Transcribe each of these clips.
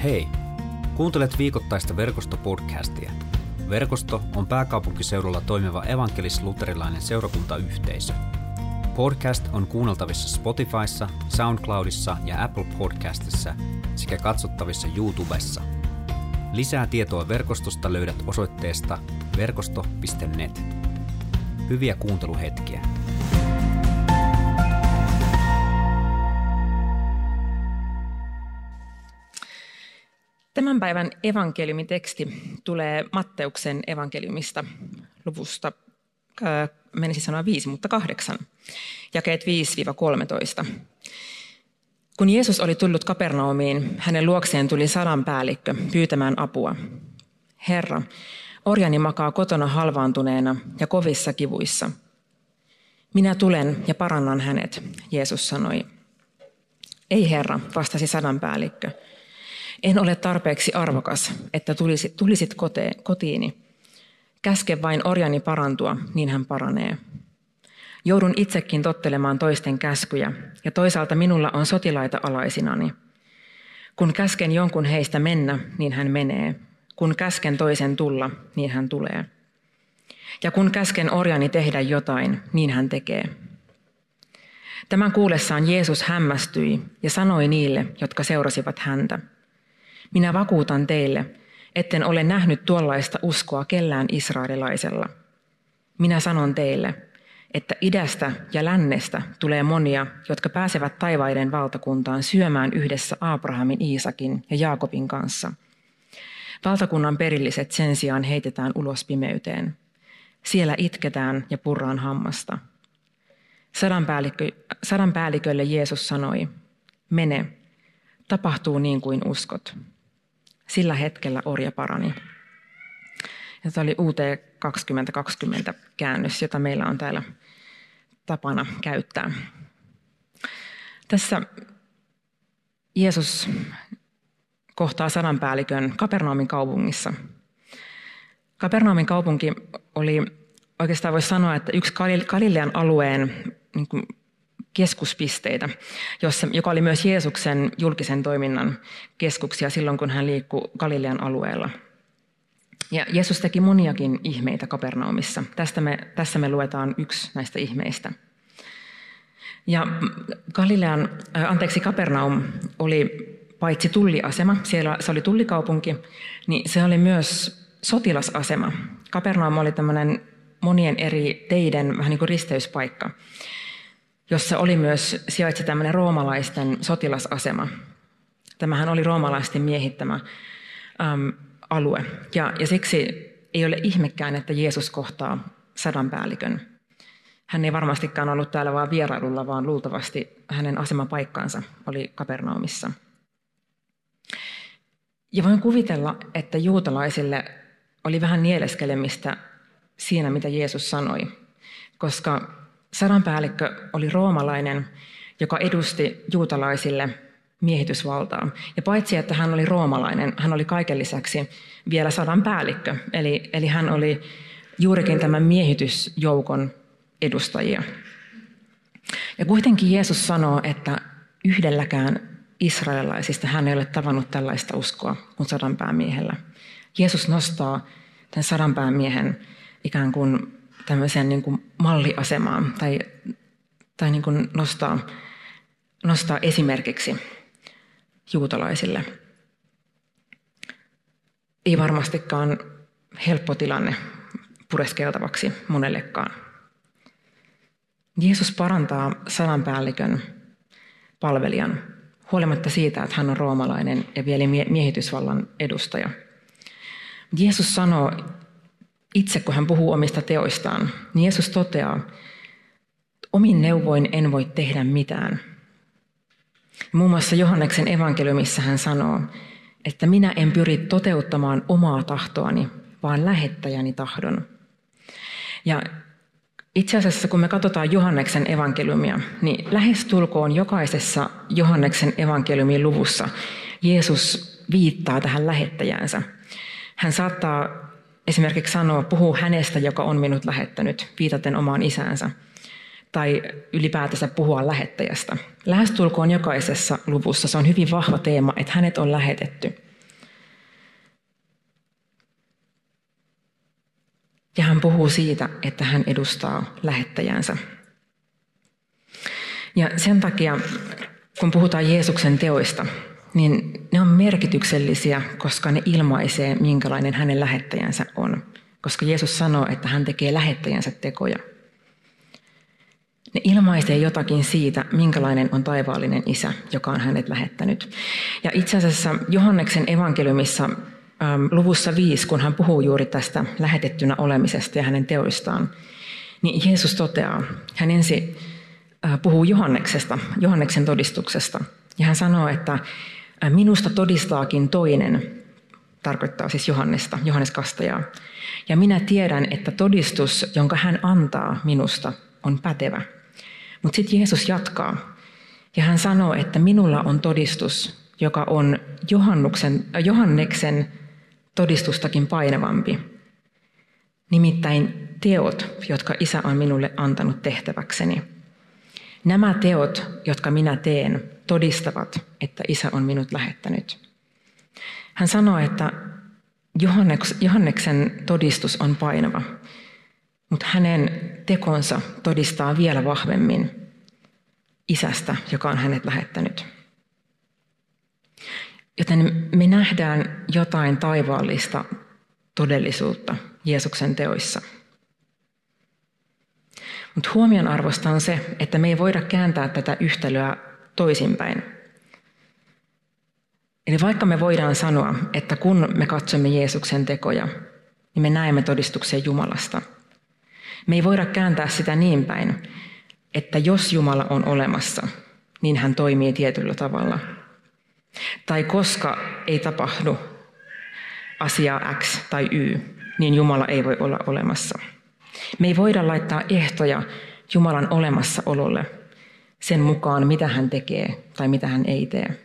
Hei! Kuuntelet viikoittaista Verkosto-podcastia. Verkosto on pääkaupunkiseudulla toimiva evankelis-luterilainen seurakuntayhteisö. Podcast on kuunneltavissa Spotifyssa, SoundCloudissa ja Apple Podcastissa sekä katsottavissa YouTubessa. Lisää tietoa verkostosta löydät osoitteesta verkosto.net. Hyviä kuunteluhetkiä. Tämän päivän evankeliumiteksti tulee Matteuksen evankeliumista luvusta, menisi sanoa 5, mutta 8, jakeet 5-13. Kun Jeesus oli tullut Kapernaumiin, hänen luokseen tuli 100 päällikkö pyytämään apua. Herra, orjani makaa kotona halvaantuneena ja kovissa kivuissa. Minä tulen ja parannan hänet, Jeesus sanoi. Ei herra, vastasi 100 päällikkö. En ole tarpeeksi arvokas, että tulisit kotiini. Käske vain orjani parantua, niin hän paranee. Joudun itsekin tottelemaan toisten käskyjä, ja toisaalta minulla on sotilaita alaisinani. Kun käsken jonkun heistä mennä, niin hän menee. Kun käsken toisen tulla, niin hän tulee. Ja kun käsken orjani tehdä jotain, niin hän tekee. Tämän kuullessaan Jeesus hämmästyi ja sanoi niille, jotka seurasivat häntä. Minä vakuutan teille, etten ole nähnyt tuollaista uskoa kellään israelilaisella. Minä sanon teille, että idästä ja lännestä tulee monia, jotka pääsevät taivaiden valtakuntaan syömään yhdessä Abrahamin, Iisakin ja Jaakobin kanssa. Valtakunnan perilliset sen sijaan heitetään ulos pimeyteen. Siellä itketään ja purraan hammasta. 100 päällikölle Jeesus sanoi, mene, tapahtuu niin kuin uskot. Sillä hetkellä orja parani. Ja tämä oli UT 2020 käännös, jota meillä on täällä tapana käyttää. Tässä Jeesus kohtaa 100 päällikön Kapernaumin kaupungissa. Kapernaumin kaupunki oli, oikeastaan voisi sanoa, että yksi Galilean alueen niin kuin keskuspisteitä, joka oli myös Jeesuksen julkisen toiminnan keskuksia silloin, kun hän liikkui Galilean alueella. Ja Jeesus teki moniakin ihmeitä Kapernaumissa. Tässä me luetaan yksi näistä ihmeistä. Ja Kapernaum oli paitsi tulliasema, se oli tullikaupunki, niin se oli myös sotilasasema. Kapernaum oli tämmöinen monien eri teiden vähän niin kuin risteyspaikka, jossa oli myös sijaitsi tämmöinen roomalaisten sotilasasema. Tämähän oli roomalaisten miehittämä alue. Ja siksi ei ole ihmekään, että Jeesus kohtaa 100 päällikön. Hän ei varmastikaan ollut täällä vaan vierailulla, vaan luultavasti hänen asemapaikkansa oli Kapernaumissa. Ja voin kuvitella, että juutalaisille oli vähän nieleskelemistä siinä, mitä Jeesus sanoi, koska 100 päällikkö oli roomalainen, joka edusti juutalaisille miehitysvaltaa. Ja paitsi, että hän oli roomalainen, hän oli kaiken lisäksi vielä 100 päällikkö. Eli hän oli juurikin tämän miehitysjoukon edustajia. Ja kuitenkin Jeesus sanoo, että yhdelläkään israelilaisista hän ei ole tavannut tällaista uskoa kuin 100 päämiehellä. Jeesus nostaa tämän 100 päämiehen ikään kuin tämmöiseen niin kuin malliasemaan tai niin kuin nostaa esimerkiksi juutalaisille. Ei varmastikaan helppo tilanne pureskeltavaksi monellekaan. Jeesus parantaa 100 päällikön palvelijan huolimatta siitä, että hän on roomalainen ja vielä miehitysvallan edustaja. Jeesus sanoo itse, kun hän puhuu omista teoistaan, niin Jeesus toteaa, omin neuvoin en voi tehdä mitään. Muun muassa Johanneksen evankeliumissa hän sanoo, että minä en pyri toteuttamaan omaa tahtoani, vaan lähettäjäni tahdon. Ja itse asiassa, kun me katsotaan Johanneksen evankeliumia, niin lähestulkoon jokaisessa Johanneksen evankeliumin luvussa Jeesus viittaa tähän lähettäjäänsä. Hän saattaa esimerkiksi puhuu hänestä, joka on minut lähettänyt, viitaten omaan isäänsä. Tai ylipäätänsä puhua lähettäjästä. Lähestulkoon jokaisessa luvussa se on hyvin vahva teema, että hänet on lähetetty. Ja hän puhuu siitä, että hän edustaa lähettäjänsä. Ja sen takia, kun puhutaan Jeesuksen teoista, niin ne on merkityksellisiä, koska ne ilmaisee, minkälainen hänen lähettäjänsä on. Koska Jeesus sanoo, että hän tekee lähettäjänsä tekoja. Ne ilmaisee jotakin siitä, minkälainen on taivaallinen Isä, joka on hänet lähettänyt. Ja itse asiassa Johanneksen evankeliumissa luvussa 5, kun hän puhuu juuri tästä lähetettynä olemisesta ja hänen teoistaan, niin Jeesus toteaa, hän ensin puhuu Johanneksen todistuksesta. Ja hän sanoo, että minusta todistaakin toinen, tarkoittaa siis Johannesta, Johannes Kastajaa. Ja minä tiedän, että todistus, jonka hän antaa minusta, on pätevä. Mutta sitten Jeesus jatkaa ja hän sanoo, että minulla on todistus, joka on Johanneksen todistustakin painavampi. Nimittäin teot, jotka Isä on minulle antanut tehtäväkseni. Nämä teot, jotka minä teen, todistavat, että Isä on minut lähettänyt. Hän sanoo, että Johanneksen todistus on painava, mutta hänen tekonsa todistaa vielä vahvemmin Isästä, joka on hänet lähettänyt. Joten me nähdään jotain taivaallista todellisuutta Jeesuksen teoissa. Mutta huomionarvoista on se, että me ei voida kääntää tätä yhtälöä toisinpäin. Eli vaikka me voidaan sanoa, että kun me katsomme Jeesuksen tekoja, niin me näemme todistuksen Jumalasta. Me ei voida kääntää sitä niin päin, että jos Jumala on olemassa, niin hän toimii tietyllä tavalla. Tai koska ei tapahdu asiaa X tai Y, niin Jumala ei voi olla olemassa. Me ei voida laittaa ehtoja Jumalan olemassaololle sen mukaan, mitä hän tekee tai mitä hän ei tee.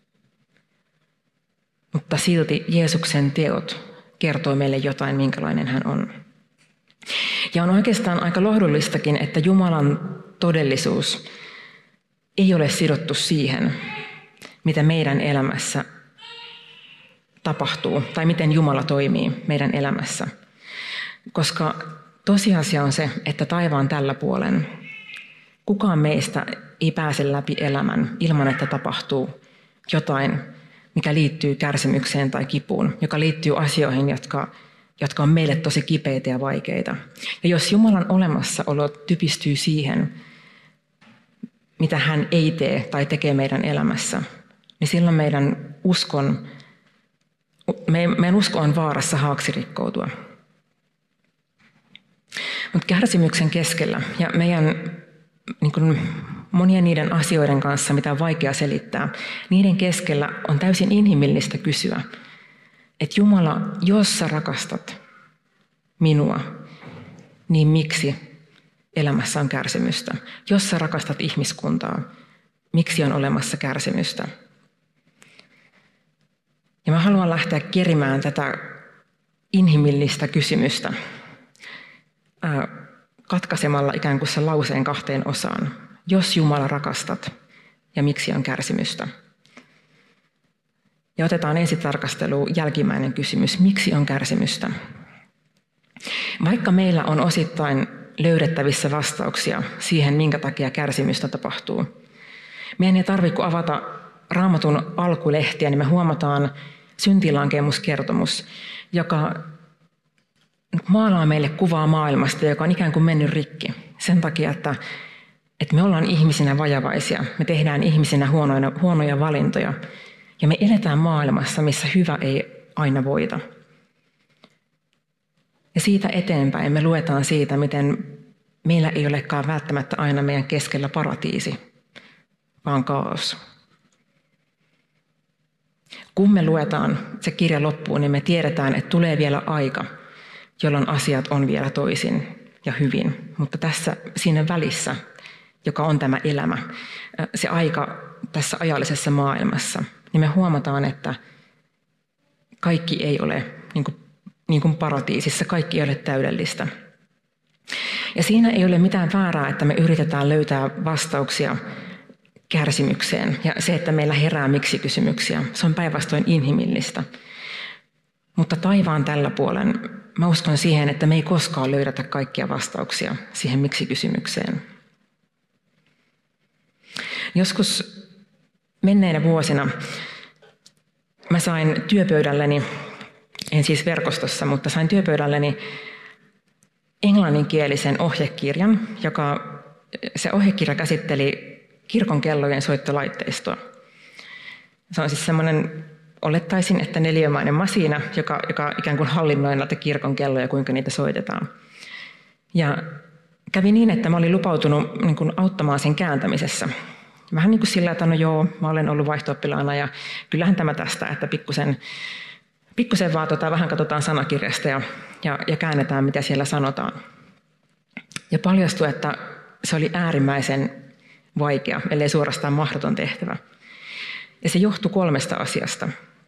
Mutta silti Jeesuksen teot kertoo meille jotain, minkälainen hän on. Ja on oikeastaan aika lohdullistakin, että Jumalan todellisuus ei ole sidottu siihen, mitä meidän elämässä tapahtuu tai miten Jumala toimii meidän elämässä. Koska tosiasia on se, että taivaan tällä puolen kukaan meistä ei pääse läpi elämän ilman, että tapahtuu jotain, mikä liittyy kärsimykseen tai kipuun, joka liittyy asioihin, jotka on meille tosi kipeitä ja vaikeita. Ja jos Jumalan olemassaolo typistyy siihen, mitä hän ei tee tai tekee meidän elämässä, niin silloin meidän usko on vaarassa haaksirikkoutua. Mutta kärsimyksen keskellä ja meidän monien niiden asioiden kanssa, mitä on vaikea selittää, niiden keskellä on täysin inhimillistä kysyä, että Jumala, jos sä rakastat minua, niin miksi elämässä on kärsimystä? Jos sä rakastat ihmiskuntaa, miksi on olemassa kärsimystä? Ja mä haluan lähteä kerimään tätä inhimillistä kysymystä katkaisemalla ikään kuin sen lauseen 2 osaan. Jos Jumala rakastat ja miksi on kärsimystä? Ja otetaan ensin tarkasteluun jälkimmäinen kysymys. Miksi on kärsimystä? Vaikka meillä on osittain löydettävissä vastauksia siihen, minkä takia kärsimystä tapahtuu. Meidän ei tarvitse kuin avata Raamatun alkulehtiä, niin me huomataan syntilankemuskertomus, joka maalaa meille kuvaa maailmasta, joka on ikään kuin mennyt rikki. Sen takia, että me ollaan ihmisinä vajavaisia, me tehdään ihmisinä huonoja valintoja ja me eletään maailmassa, missä hyvä ei aina voita. Ja siitä eteenpäin me luetaan siitä, miten meillä ei olekaan välttämättä aina meidän keskellä paratiisi, vaan kaos. Kun me luetaan se kirja loppuun, niin me tiedetään, että tulee vielä aika, jolloin asiat on vielä toisin ja hyvin. Mutta siinä välissä, joka on tämä elämä, se aika tässä ajallisessa maailmassa, niin me huomataan, että kaikki ei ole niin kuin paratiisissa, kaikki ei ole täydellistä. Ja siinä ei ole mitään väärää, että me yritetään löytää vastauksia kärsimykseen ja se, että meillä herää miksi-kysymyksiä. Se on päinvastoin inhimillistä. Mutta taivaan tällä puolen mä uskon siihen, että me ei koskaan löydetä kaikkia vastauksia siihen miksi-kysymykseen. Joskus menneinä vuosina mä sain työpöydälleni, en siis verkostossa, mutta sain työpöydälleni englanninkielisen ohjekirjan, se ohjekirja käsitteli kirkon kellojen soittolaitteistoa. Se on siis semmoinen, olettaisin, että neliömäinen masiina, joka ikään kuin hallinnoi näitä kirkon kelloja, kuinka niitä soitetaan. Ja kävi niin, että mä olin lupautunut niin kuin auttamaan sen kääntämisessä. Vähän niin kuin sillä, että no joo, mä olen ollut vaihto-oppilaana ja kyllähän tämä tästä, että pikkusen vaan vähän katsotaan sanakirjasta ja käännetään, mitä siellä sanotaan. Ja paljastui, että se oli äärimmäisen vaikea, ellei suorastaan mahdoton tehtävä. Ja se johtui 3 asiasta.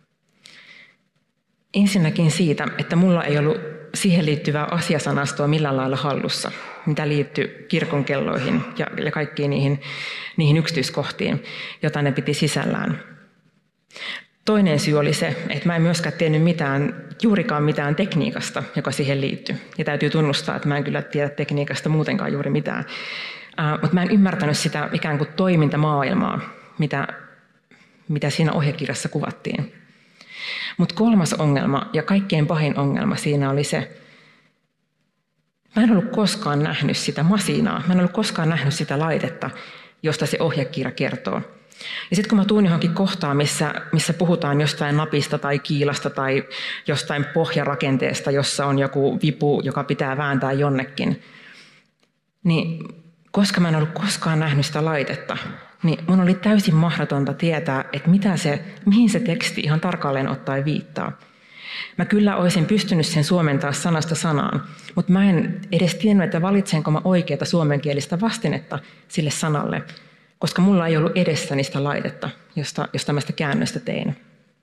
Ensinnäkin siitä, että mulla ei ollut siihen liittyvää asiasanastoa millään lailla hallussa, mitä liittyy kirkonkelloihin ja kaikkiin niihin yksityiskohtiin, joita ne piti sisällään. Toinen syy oli se, että mä en myöskään tiennyt juurikaan mitään tekniikasta, joka siihen liittyy. Ja täytyy tunnustaa, että mä en kyllä tiedä tekniikasta muutenkaan juuri mitään. Mutta mä en ymmärtänyt sitä ikään kuin toimintamaailmaa, mitä siinä ohjekirjassa kuvattiin. Mutta 3. ongelma ja kaikkein pahin ongelma siinä oli se, mä en ollut koskaan nähnyt sitä masiinaa, mä en ollut koskaan nähnyt sitä laitetta, josta se ohjekirja kertoo. Ja sitten kun mä tuun johonkin kohtaan, missä puhutaan jostain napista tai kiilasta tai jostain pohjarakenteesta, jossa on joku vipu, joka pitää vääntää jonnekin, niin koska mä en ollut koskaan nähnyt sitä laitetta, niin mun oli täysin mahdotonta tietää, että mihin se teksti ihan tarkalleen ottaen viittaa. Mä kyllä olisin pystynyt sen suomentaa sanasta sanaan, mutta mä en edes tiennyt, että valitsenko mä oikeata suomenkielistä vastinetta sille sanalle, koska mulla ei ollut edessäni sitä laitetta, josta mä sitä käännöstä tein.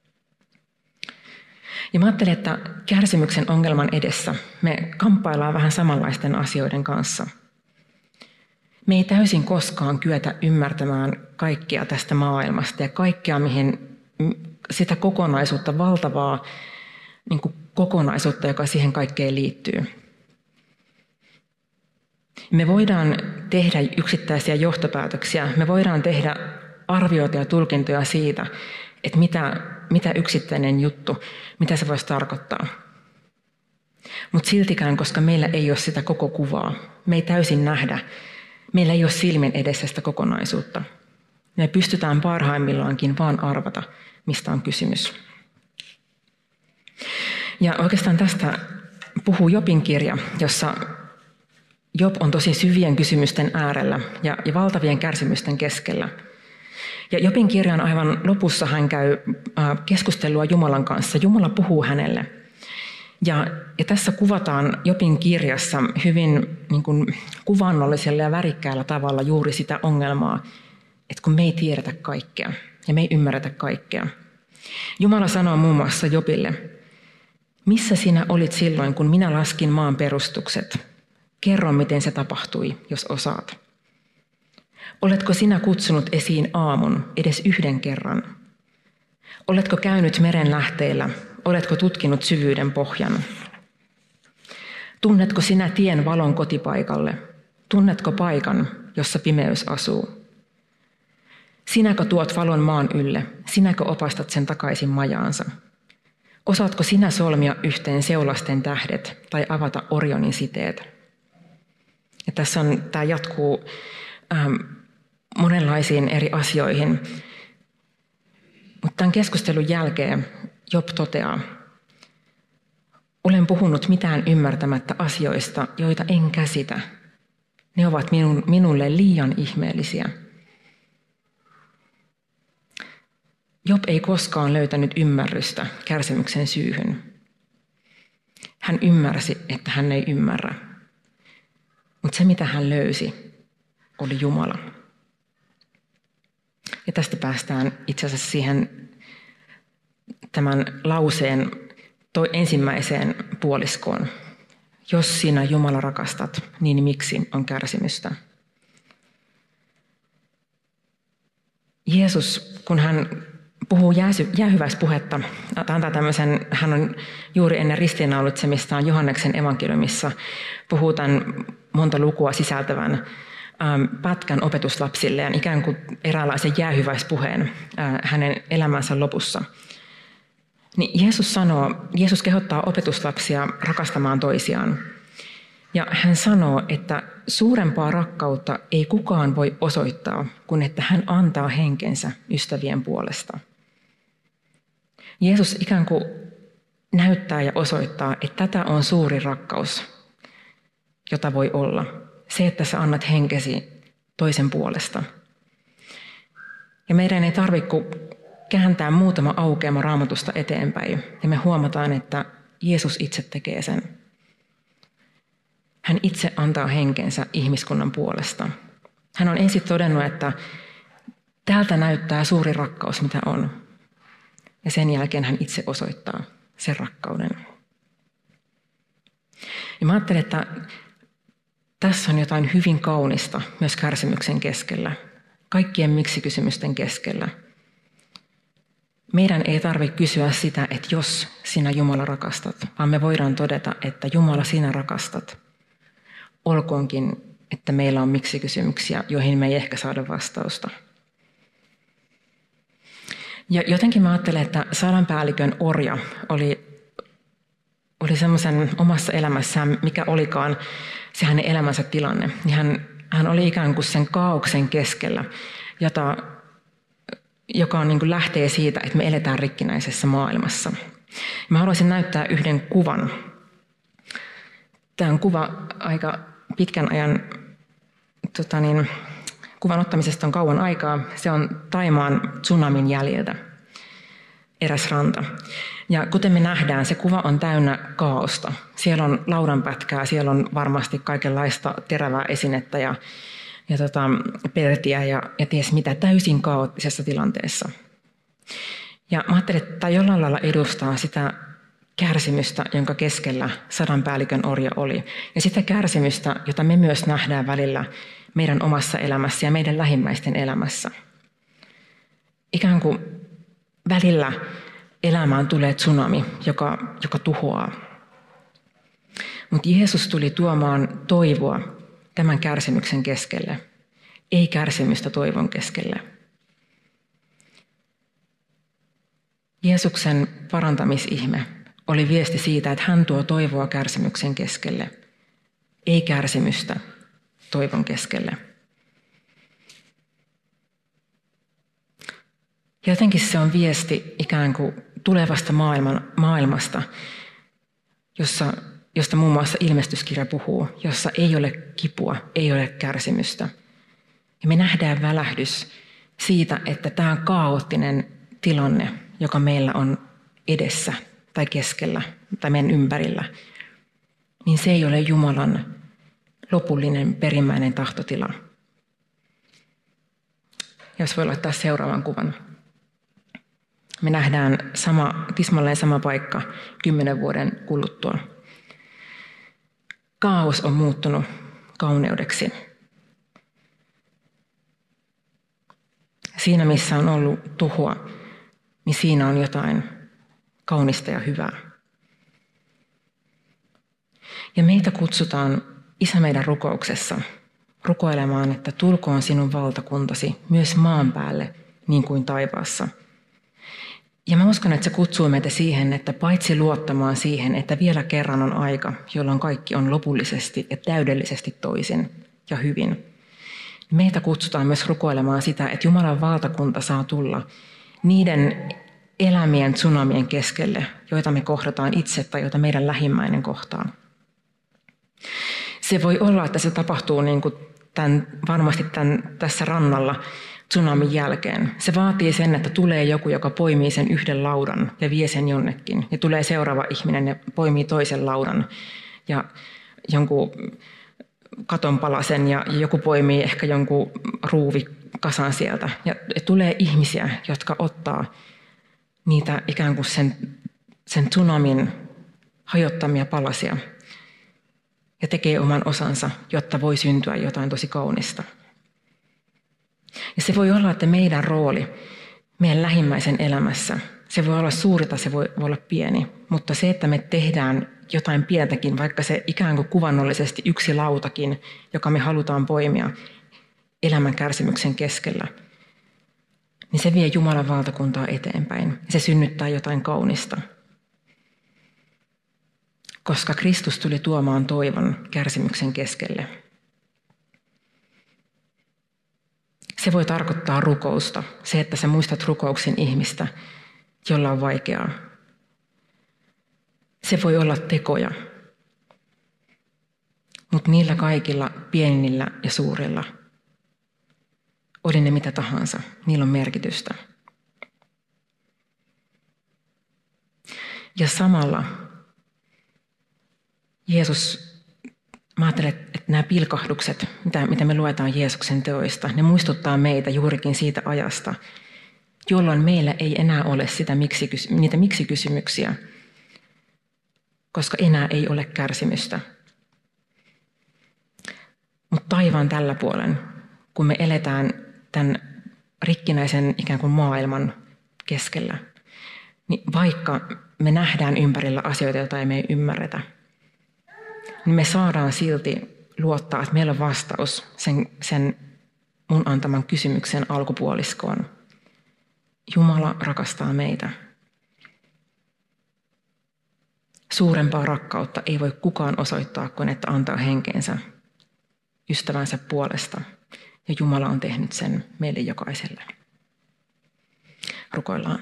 Ja mä ajattelin, että kärsimyksen ongelman edessä me kamppaillaan vähän samanlaisten asioiden kanssa. Me ei täysin koskaan kyetä ymmärtämään kaikkea tästä maailmasta ja kaikkea, mihin sitä kokonaisuutta, valtavaa niin kuin kokonaisuutta, joka siihen kaikkeen liittyy. Me voidaan tehdä yksittäisiä johtopäätöksiä, me voidaan tehdä arvioita ja tulkintoja siitä, että mitä yksittäinen juttu, mitä se voisi tarkoittaa. Mutta siltikään, koska meillä ei ole sitä koko kuvaa, me ei täysin nähdä, meillä ei ole silmien edessä sitä kokonaisuutta. Me pystytään parhaimmillaankin vaan arvata, mistä on kysymys. Ja oikeastaan tästä puhuu Jobin kirja, jossa Job on tosi syvien kysymysten äärellä ja valtavien kärsimysten keskellä. Ja Jobin kirjan aivan lopussa hän käy keskustelua Jumalan kanssa. Jumala puhuu hänelle. Ja tässä kuvataan Jobin kirjassa hyvin niin kuin kuvannollisella ja värikkäällä tavalla juuri sitä ongelmaa, että kun me ei tiedetä kaikkea ja me ei ymmärretä kaikkea. Jumala sanoo muun muassa Jobille, missä sinä olit silloin, kun minä laskin maan perustukset? Kerro, miten se tapahtui, jos osaat. Oletko sinä kutsunut esiin aamun edes 1 kerran? Oletko käynyt meren lähteillä? Oletko tutkinut syvyyden pohjan? Tunnetko sinä tien valon kotipaikalle? Tunnetko paikan, jossa pimeys asuu? Sinäkö tuot valon maan ylle? Sinäkö opastat sen takaisin majaansa? Osaatko sinä solmia yhteen seulasten tähdet tai avata Orionin siteet? Ja tämä jatkuu monenlaisiin eri asioihin. Mutta tämän keskustelun jälkeen Job toteaa, olen puhunut mitään ymmärtämättä asioista, joita en käsitä. Ne ovat minulle liian ihmeellisiä. Job ei koskaan löytänyt ymmärrystä kärsimyksen syyhyn. Hän ymmärsi, että hän ei ymmärrä. Mutta se, mitä hän löysi, oli Jumala. Ja tästä päästään itse asiassa siihen tämän lauseen ensimmäiseen puoliskoon. Jos sinä Jumala rakastat, niin miksi on kärsimystä? Jeesus, kun hän puhuu jäähyväispuhetta. Antaa tämmöisen, hän on juuri ennen ristiinnaulitsemistaan Johanneksen evankeliumissa. Puhuu tämän monta lukua sisältävän pätkän opetuslapsilleen, ikään kuin eräänlaisen jäähyväispuheen hänen elämänsä lopussa. Niin Jeesus kehottaa opetuslapsia rakastamaan toisiaan. Ja hän sanoo, että suurempaa rakkautta ei kukaan voi osoittaa, kuin että hän antaa henkensä ystävien puolesta. Jeesus ikään kuin näyttää ja osoittaa, että tätä on suuri rakkaus, jota voi olla. Se, että sä annat henkesi toisen puolesta. Ja meidän ei tarvitse kääntää muutama aukeama Raamatusta eteenpäin. Ja me huomataan, että Jeesus itse tekee sen. Hän itse antaa henkensä ihmiskunnan puolesta. Hän on ensin todennut, että täältä näyttää suuri rakkaus, mitä on. Ja sen jälkeen hän itse osoittaa sen rakkauden. Ja mä ajattelen, että tässä on jotain hyvin kaunista myös kärsimyksen keskellä, kaikkien miksi-kysymysten keskellä. Meidän ei tarvitse kysyä sitä, että jos sinä Jumala rakastat, vaan me voidaan todeta, että Jumala sinä rakastat. Olkoonkin, että meillä on miksi-kysymyksiä, joihin me ei ehkä saada vastausta. Ja jotenkin mä ajattelen, että sadanpäällikön orja oli semmoisen omassa elämässään, mikä olikaan se hänen elämänsä tilanne. Niin hän oli ikään kuin sen kaaoksen keskellä, joka on niin kuin lähtee siitä, että me eletään rikkinäisessä maailmassa. Mä haluaisin näyttää yhden kuvan. Tämä on kuva aika pitkän ajan, kuvan ottamisesta on kauan aikaa. Se on Thaimaan tsunamin jäljiltä, eräs ranta. Ja kuten me nähdään, se kuva on täynnä kaaosta. Siellä on laudanpätkää, siellä on varmasti kaikenlaista terävää esinettä ja peltiä ja ties mitä täysin kaoottisessa tilanteessa. Ja mä ajattelin, että tämä jollain lailla edustaa sitä kärsimystä, jonka keskellä sadanpäällikön orja oli. Ja sitä kärsimystä, jota me myös nähdään välillä meidän omassa elämässä ja meidän lähimmäisten elämässä. Ikään kuin välillä elämään tulee tsunami, joka tuhoaa. Mutta Jeesus tuli tuomaan toivoa tämän kärsimyksen keskelle, ei kärsimystä toivon keskelle. Jeesuksen parantamisihme oli viesti siitä, että hän tuo toivoa kärsimyksen keskelle, ei kärsimystä toivon keskelle. Jotenkin se on viesti ikään kuin tulevasta maailmasta, josta muun muassa ilmestyskirja puhuu, jossa ei ole kipua, ei ole kärsimystä. Ja me nähdään välähdys siitä, että tämä kaoottinen tilanne, joka meillä on edessä tai keskellä tai meidän ympärillä, niin se ei ole Jumalan lopullinen perimmäinen tahtotila. Jos voi laittaa seuraavan kuvan. Me nähdään tismalleen sama paikka 10 vuoden kuluttua. Kaos on muuttunut kauneudeksi. Siinä, missä on ollut tuhoa, niin siinä on jotain kaunista ja hyvää. Ja meitä kutsutaan Isä meidän rukouksessa rukoilemaan, että tulkoon sinun valtakuntasi myös maan päälle niin kuin taivaassa. Ja mä uskon, että se kutsuu meitä siihen, että paitsi luottamaan siihen, että vielä kerran on aika, jolloin kaikki on lopullisesti ja täydellisesti toisin ja hyvin. Meitä kutsutaan myös rukoilemaan sitä, että Jumalan valtakunta saa tulla niiden elämien tsunamien keskelle, joita me kohdataan itse tai joita meidän lähimmäinen kohtaa. Se voi olla, että se tapahtuu niin kuin varmasti tässä rannalla tsunamin jälkeen. Se vaatii sen, että tulee joku, joka poimii sen yhden laudan ja vie sen jonnekin. Ja tulee seuraava ihminen ja poimii toisen laudan ja jonkun katonpalasen ja joku poimii ehkä jonkun ruuvikasan sieltä. Ja tulee ihmisiä, jotka ottaa niitä ikään kuin sen tsunamin hajottamia palasia ja tekee oman osansa, jotta voi syntyä jotain tosi kaunista. Ja se voi olla, että meidän rooli, meidän lähimmäisen elämässä. Se voi olla suuri tai se voi olla pieni, mutta se, että me tehdään jotain pientäkin, vaikka se ikään kuin kuvannollisesti yksi lautakin, joka me halutaan poimia elämän kärsimyksen keskellä, niin se vie Jumalan valtakuntaa eteenpäin. Se synnyttää jotain kaunista. Koska Kristus tuli tuomaan toivon kärsimyksen keskelle. Se voi tarkoittaa rukousta. Se, että sä muistat rukouksen ihmistä, jolla on vaikeaa. Se voi olla tekoja. Mutta niillä kaikilla pienillä ja suurilla, oli ne mitä tahansa, niillä on merkitystä. Ja samalla Jeesus, mä ajattelen, että nämä pilkahdukset, mitä me luetaan Jeesuksen teoista, ne muistuttaa meitä juurikin siitä ajasta, jolloin meillä ei enää ole niitä miksi-kysymyksiä, koska enää ei ole kärsimystä. Mutta taivaan tällä puolen, kun me eletään tämän rikkinäisen ikään kuin maailman keskellä, niin vaikka me nähdään ympärillä asioita, joita ei me ymmärretä, niin me saadaan silti luottaa, että meillä on vastaus sen mun antaman kysymyksen alkupuoliskoon. Jumala rakastaa meitä. Suurempaa rakkautta ei voi kukaan osoittaa kuin että antaa henkeensä ystävänsä puolesta. Ja Jumala on tehnyt sen meille jokaiselle. Rukoillaan.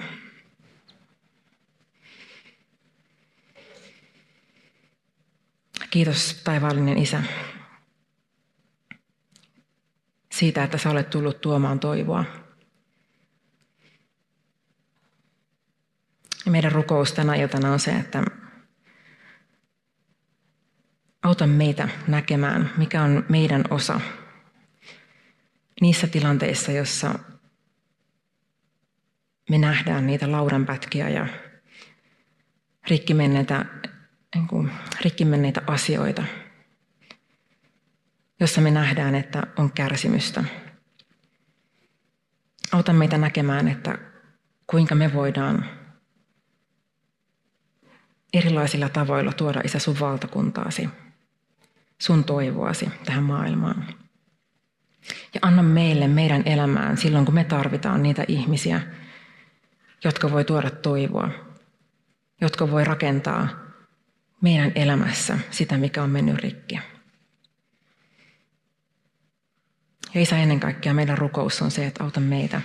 Kiitos taivaallinen Isä siitä, että sä olet tullut tuomaan toivoa. Ja meidän rukous tänä iltana on se, että auta meitä näkemään, mikä on meidän osa niissä tilanteissa, jossa me nähdään niitä laudanpätkiä ja rikki menneitä asioita, jossa me nähdään, että on kärsimystä. Auta meitä näkemään, että kuinka me voidaan erilaisilla tavoilla tuoda, Isä, sun valtakuntaasi, sun toivoasi tähän maailmaan. Ja anna meille, meidän elämään, silloin kun me tarvitaan niitä ihmisiä, jotka voi tuoda toivoa, jotka voi rakentaa meidän elämässä sitä, mikä on mennyt rikki. Ja Isä, ennen kaikkea meidän rukous on se, että auta meitä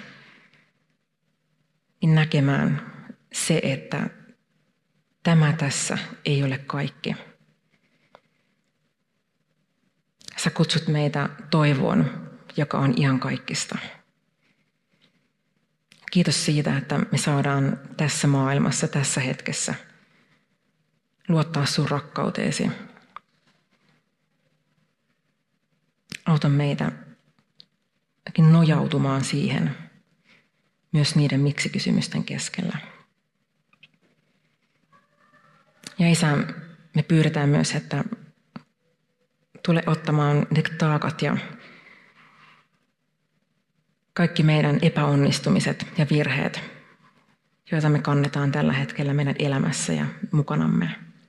näkemään se, että tämä tässä ei ole kaikki. Sä kutsut meitä toivoon, joka on iankaikkista. Kiitos siitä, että me saadaan tässä maailmassa, tässä hetkessä luottaa sun rakkauteesi. Auta meitä nojautumaan siihen myös niiden miksi-kysymysten keskellä. Ja Isä, me pyydetään myös, että tule ottamaan ne taakat ja kaikki meidän epäonnistumiset ja virheet, joita me kannetaan tällä hetkellä meidän elämässä ja mukanamme.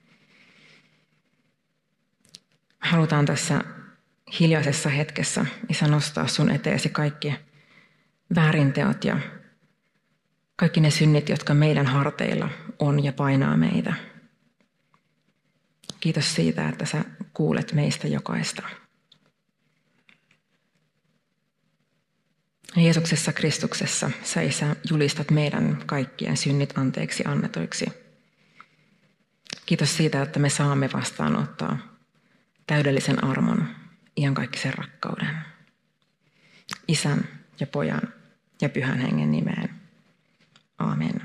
Halutaan tässä hiljaisessa hetkessä, Isä, nostaa sun eteesi kaikki väärinteot ja kaikki ne synnit, jotka meidän harteilla on ja painaa meitä. Kiitos siitä, että sä kuulet meistä jokaista. Jeesuksessa Kristuksessa sä, Isä, julistat meidän kaikkien synnit anteeksi annetuiksi. Kiitos siitä, että me saamme vastaanottaa täydellisen armon, iankaikkisen rakkauden. Isän ja Pojan ja Pyhän Hengen nimeen. Aamen.